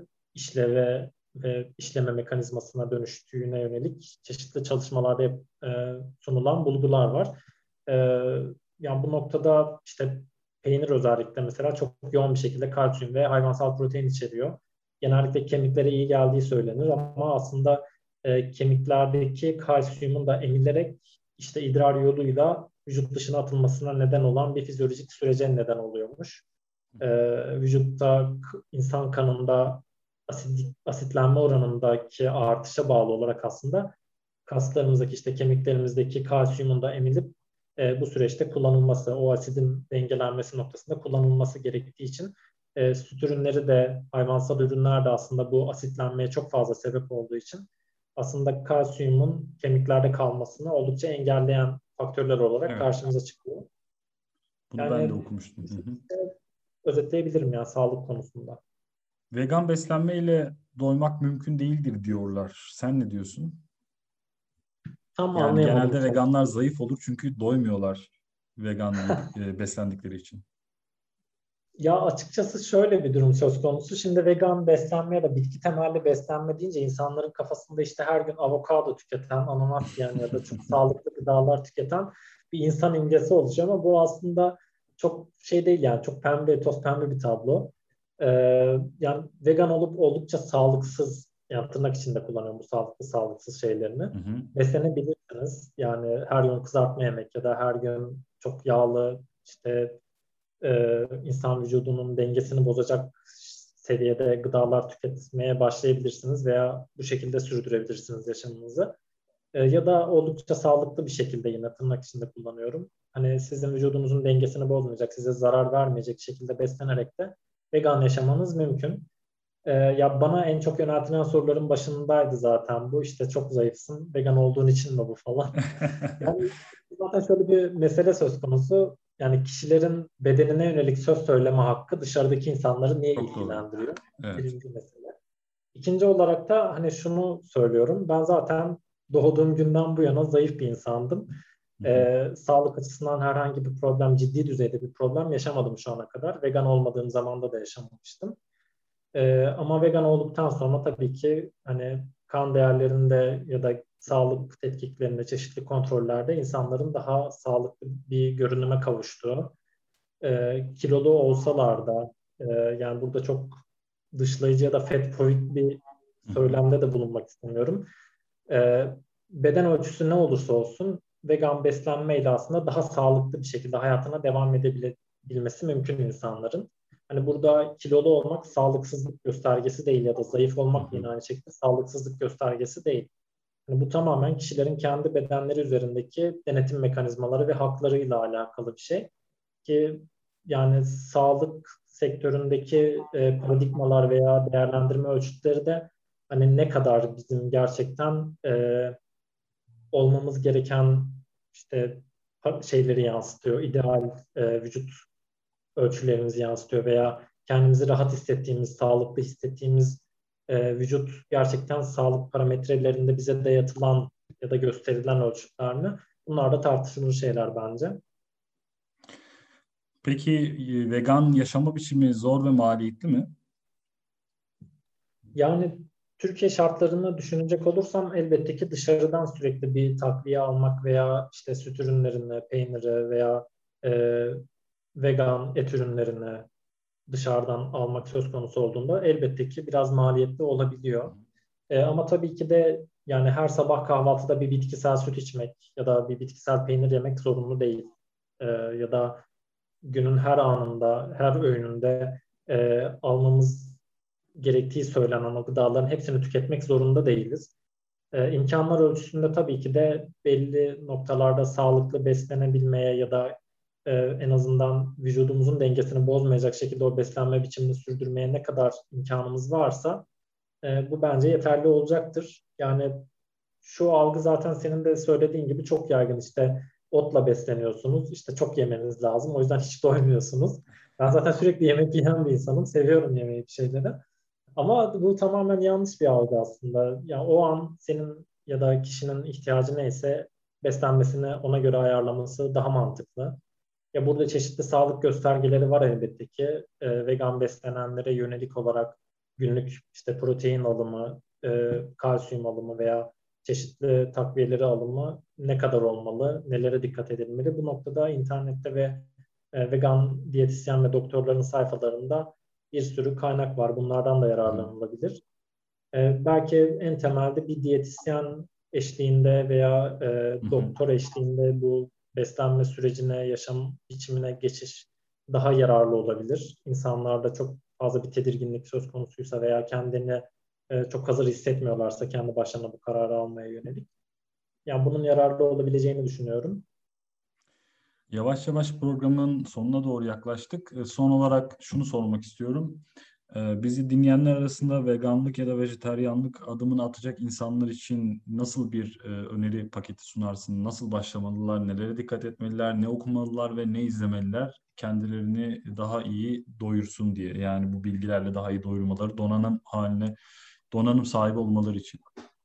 işleve ve işleme mekanizmasına dönüştüğüne yönelik çeşitli çalışmalarda e, sunulan bulgular var. E, yani bu noktada işte peynir özellikle mesela çok yoğun bir şekilde kalsiyum ve hayvansal protein içeriyor. Genellikle kemiklere iyi geldiği söylenir ama aslında e, kemiklerdeki kalsiyumun da emilerek işte idrar yoluyla vücut dışına atılmasına neden olan bir fizyolojik sürece neden oluyormuş. E, vücutta insan kanında asit, asitlenme oranındaki artışa bağlı olarak aslında kaslarımızdaki işte kemiklerimizdeki kalsiyumun da emilip e, bu süreçte kullanılması, o asidin dengelenmesi noktasında kullanılması gerektiği için E, süt ürünleri de, hayvansal ürünler de aslında bu asitlenmeye çok fazla sebep olduğu için aslında kalsiyumun kemiklerde kalmasını oldukça engelleyen faktörler olarak evet. karşımıza çıkıyor. Bunu yani, ben de okumuştum. Özetleyebilirim ya sağlık konusunda. Vegan beslenme ile doymak mümkün değildir diyorlar. Sen ne diyorsun? Tam Yani anlayamadım genelde soruyu. veganlar zayıf olur çünkü doymuyorlar vegan yedik, e, beslendikleri için. Ya açıkçası şöyle bir durum söz konusu. Şimdi vegan beslenme ya da bitki temelli beslenme deyince insanların kafasında işte her gün avokado tüketen, ananas yiyen ya da çok sağlıklı gıdalar tüketen bir insan imgesi oluşuyor ama bu aslında çok şey değil, yani çok pembe, toz pembe bir tablo. Ee, Yani vegan olup oldukça sağlıksız, yani tırnak içinde kullanıyorum bu sağlıklı sağlıksız şeylerini. Hı hı. Beslenebilirsiniz. Yani her gün kızartma yemek ya da her gün çok yağlı işte e, insan vücudunun dengesini bozacak seviyede gıdalar tüketmeye başlayabilirsiniz veya bu şekilde sürdürebilirsiniz yaşamınızı. E, ya da oldukça sağlıklı bir şekilde, yine tırnak içinde kullanıyorum, hani sizin vücudunuzun dengesini bozmayacak, size zarar vermeyecek şekilde beslenerek de vegan yaşamanız mümkün. E, ya bana en çok yöneltilen soruların başındaydı zaten bu, işte çok zayıfsın, vegan olduğun için mi bu falan. Yani zaten şöyle bir mesele söz konusu. Yani kişilerin bedenine yönelik söz söyleme hakkı dışarıdaki insanları niye Çok doğru. ilgilendiriyor? Evet. Birinci mesele. İkinci olarak da hani şunu söylüyorum. Ben zaten doğduğum günden bu yana zayıf bir insandım. Hı hı. Ee, sağlık açısından herhangi bir problem, ciddi düzeyde bir problem yaşamadım şu ana kadar. Vegan olmadığım zamanda da yaşamamıştım. Ee, ama vegan olduktan sonra tabii ki hani kan değerlerinde ya da sağlık tetkiklerinde, çeşitli kontrollerde insanların daha sağlıklı bir görünüme kavuştuğu, e, kilolu olsalar da, e, yani burada çok dışlayıcı ya da fat phobik bir Hı hı. söylemde de bulunmak istemiyorum. E, Beden ölçüsü ne olursa olsun vegan beslenmeyle aslında daha sağlıklı bir şekilde hayatına devam edebilmesi mümkün insanların. Hani burada kilolu olmak sağlıksızlık göstergesi değil ya da zayıf Hı olmak hı. yine aynı şekilde sağlıksızlık göstergesi değil. Yani bu tamamen kişilerin kendi bedenleri üzerindeki denetim mekanizmaları ve haklarıyla alakalı bir şey ki yani sağlık sektöründeki e, paradigmalar veya değerlendirme ölçütleri de hani ne kadar bizim gerçekten e, olmamız gereken işte şeyleri yansıtıyor, ideal e, vücut ölçülerimizi yansıtıyor veya kendimizi rahat hissettiğimiz, sağlıklı hissettiğimiz e, vücut gerçekten sağlık parametrelerinde bize dayatılan ya da gösterilen ölçütler mi? Bunlar da tartışılır şeyler bence. Peki e, vegan yaşama biçimi zor ve maliyetli mi? Yani Türkiye şartlarını düşünecek olursam elbette ki dışarıdan sürekli bir takviye almak veya işte süt ürünlerini, peyniri veya e, vegan et ürünlerini dışarıdan almak söz konusu olduğunda elbette ki biraz maliyetli olabiliyor. E, ama tabii ki de yani her sabah kahvaltıda bir bitkisel süt içmek ya da bir bitkisel peynir yemek zorunlu değil. E, ya da günün her anında, her öğününde e, almamız gerektiği söylenen o gıdaların hepsini tüketmek zorunda değiliz. E, imkanlar ölçüsünde tabii ki de belli noktalarda sağlıklı beslenebilmeye ya da e, en azından vücudumuzun dengesini bozmayacak şekilde o beslenme biçimini sürdürmeye ne kadar imkanımız varsa e, bu bence yeterli olacaktır. Yani şu algı zaten senin de söylediğin gibi çok yaygın, işte otla besleniyorsunuz, işte çok yemeniz lazım, o yüzden hiç doymuyorsunuz. Ben zaten sürekli yemek yiyen bir insanım, seviyorum yemeği, bir şeyleri. Ama bu tamamen yanlış bir algı aslında. Yani o an senin ya da kişinin ihtiyacı neyse beslenmesini ona göre ayarlaması daha mantıklı. Ya burada çeşitli sağlık göstergeleri var elbette ki. E, vegan beslenenlere yönelik olarak günlük işte protein alımı, e, kalsiyum alımı veya çeşitli takviyeleri alımı ne kadar olmalı, nelere dikkat edilmeli? Bu noktada internette ve e, vegan diyetisyen ve doktorların sayfalarında bir sürü kaynak var. Bunlardan da Hı hı. yararlanılabilir. E, belki en temelde bir diyetisyen eşliğinde veya e, Hı hı. doktor eşliğinde bu beslenme sürecine, yaşam biçimine geçiş daha yararlı olabilir. İnsanlarda çok fazla bir tedirginlik söz konusuysa veya kendini e, çok hazır hissetmiyorlarsa kendi başlarına bu kararı almaya yönelik. Yani bunun yararlı olabileceğini düşünüyorum. Yavaş yavaş programın sonuna doğru yaklaştık. E, Son olarak şunu sormak istiyorum. E, Bizi dinleyenler arasında veganlık ya da vejetaryenlik adımını atacak insanlar için nasıl bir e, öneri paketi sunarsın? Nasıl başlamalılar? Nelere dikkat etmeliler? Ne okumalılar ve ne izlemeliler? Kendilerini daha iyi doyursun diye. Yani bu bilgilerle daha iyi doyurmaları, donanım haline donanım sahibi olmaları için.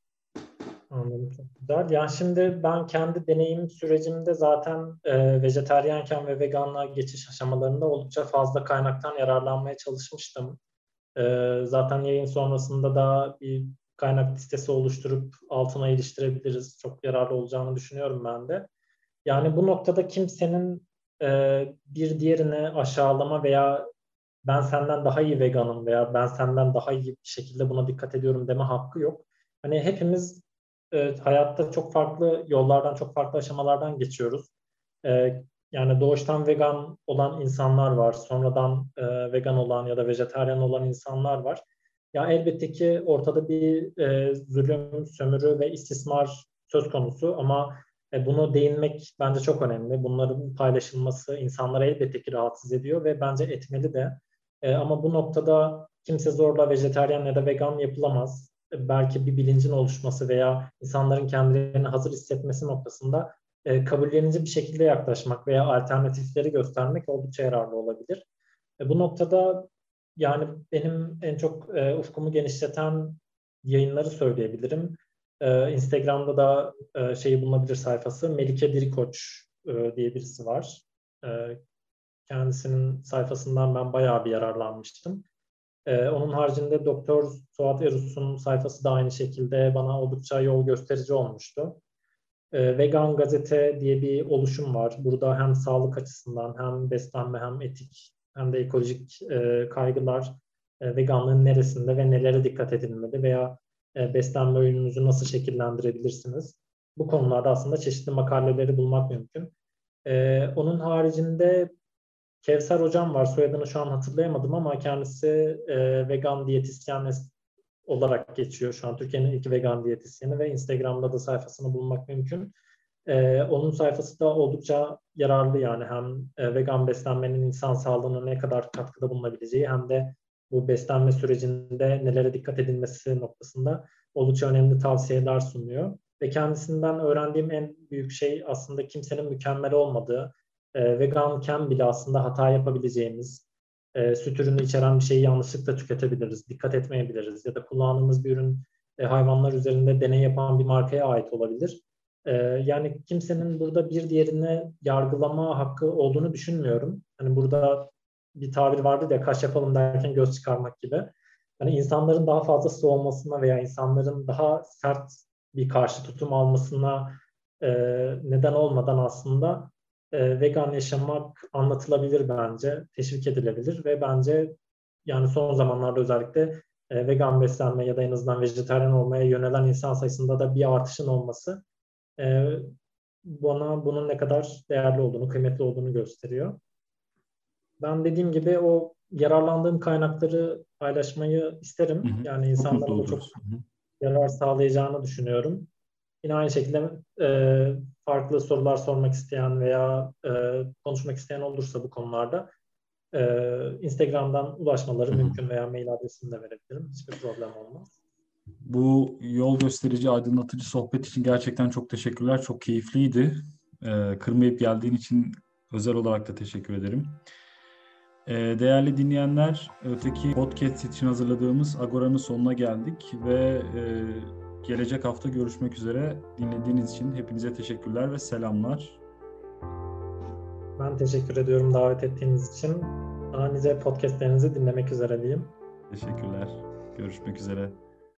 Anladım, çok güzel. Yani şimdi ben kendi deneyim sürecimde zaten e, vejetaryenken ve veganlığa geçiş aşamalarında oldukça fazla kaynaktan yararlanmaya çalışmıştım. E, zaten yayın sonrasında da bir kaynak listesi oluşturup altına iliştirebiliriz. Çok yararlı olacağını düşünüyorum ben de. Yani bu noktada kimsenin e, bir diğerini aşağılama veya ben senden daha iyi veganım veya ben senden daha iyi bir şekilde buna dikkat ediyorum deme hakkı yok. Hani hepimiz e, hayatta çok farklı yollardan, çok farklı aşamalardan geçiyoruz. E, yani doğuştan vegan olan insanlar var, sonradan e, vegan olan ya da vejetaryen olan insanlar var. Ya elbette ki ortada bir e, zulüm, sömürü ve istismar söz konusu ama e, bunu değinmek bence çok önemli. Bunların paylaşılması insanları elbette ki rahatsız ediyor ve bence etmeli de. E, ama bu noktada kimse zorla vejetaryen ya da vegan yapılamaz. E, belki bir bilincin oluşması veya insanların kendilerini hazır hissetmesi noktasında e, kabullenici bir şekilde yaklaşmak veya alternatifleri göstermek oldukça yararlı olabilir. E, bu noktada yani benim en çok e, ufkumu genişleten yayınları söyleyebilirim. E, Instagram'da da e, şeyi bulunabilir sayfası. Melike Dirikoç e, diye birisi var. E, kendisinin sayfasından ben bayağı bir yararlanmıştım. Ee, onun haricinde Doktor Suat Erus'un sayfası da aynı şekilde bana oldukça yol gösterici olmuştu. Ee, Vegan Gazete diye bir oluşum var. Burada hem sağlık açısından hem beslenme hem etik hem de ekolojik e, kaygılar e, veganlığın neresinde ve nelere dikkat edilmeli veya e, beslenme öğününüzü nasıl şekillendirebilirsiniz? Bu konularda aslında çeşitli makaleleri bulmak mümkün. Ee, onun haricinde Kevser hocam var. Soyadını şu an hatırlayamadım ama kendisi e, vegan diyetisyen olarak geçiyor. Şu an Türkiye'nin ilk vegan diyetisyeni ve Instagram'da da sayfasını bulmak mümkün. E, onun sayfası da oldukça yararlı yani hem e, vegan beslenmenin insan sağlığına ne kadar katkıda bulunabileceği hem de bu beslenme sürecinde nelere dikkat edilmesi noktasında oldukça önemli tavsiyeler sunuyor. Ve kendisinden öğrendiğim en büyük şey aslında kimsenin mükemmel olmadığı, e, veganken bile aslında hata yapabileceğimiz, e, süt ürünü içeren bir şeyi yanlışlıkla tüketebiliriz, dikkat etmeyebiliriz ya da kullandığımız bir ürün e, hayvanlar üzerinde deney yapan bir markaya ait olabilir. E, yani kimsenin burada bir diğerini yargılama hakkı olduğunu düşünmüyorum. Hani burada bir tabir vardı ya kaş yapalım derken göz çıkarmak gibi. Hani insanların daha fazla soğumasına veya insanların daha sert bir karşı tutum almasına e, neden olmadan aslında e, vegan yaşamak anlatılabilir bence, teşvik edilebilir ve bence yani son zamanlarda özellikle e, vegan beslenme ya da en azından vejetaryen olmaya yönelen insan sayısında da bir artışın olması e, bana bunun ne kadar değerli olduğunu, kıymetli olduğunu gösteriyor. Ben dediğim gibi o yararlandığım kaynakları paylaşmayı isterim. Hı hı. Yani Çok mutlu insanlara da çok oluruz. Hı hı. yarar sağlayacağını düşünüyorum. Yine aynı şekilde e, farklı sorular sormak isteyen veya e, konuşmak isteyen olursa bu konularda e, Instagram'dan ulaşmaları Hı hı. mümkün veya mail adresini de verebilirim. Hiçbir problem olmaz. Bu yol gösterici, aydınlatıcı sohbet için gerçekten çok teşekkürler. Çok keyifliydi. Ee, kırmayıp geldiğin için özel olarak da teşekkür ederim. Ee, değerli dinleyenler, öteki podcast için hazırladığımız Agora'nın sonuna geldik ve e, gelecek hafta görüşmek üzere. Dinlediğiniz için hepinize teşekkürler ve selamlar. Ben teşekkür ediyorum davet ettiğiniz için. Daha nice podcastlerinizi dinlemek üzere diyeyim. Teşekkürler. Görüşmek üzere.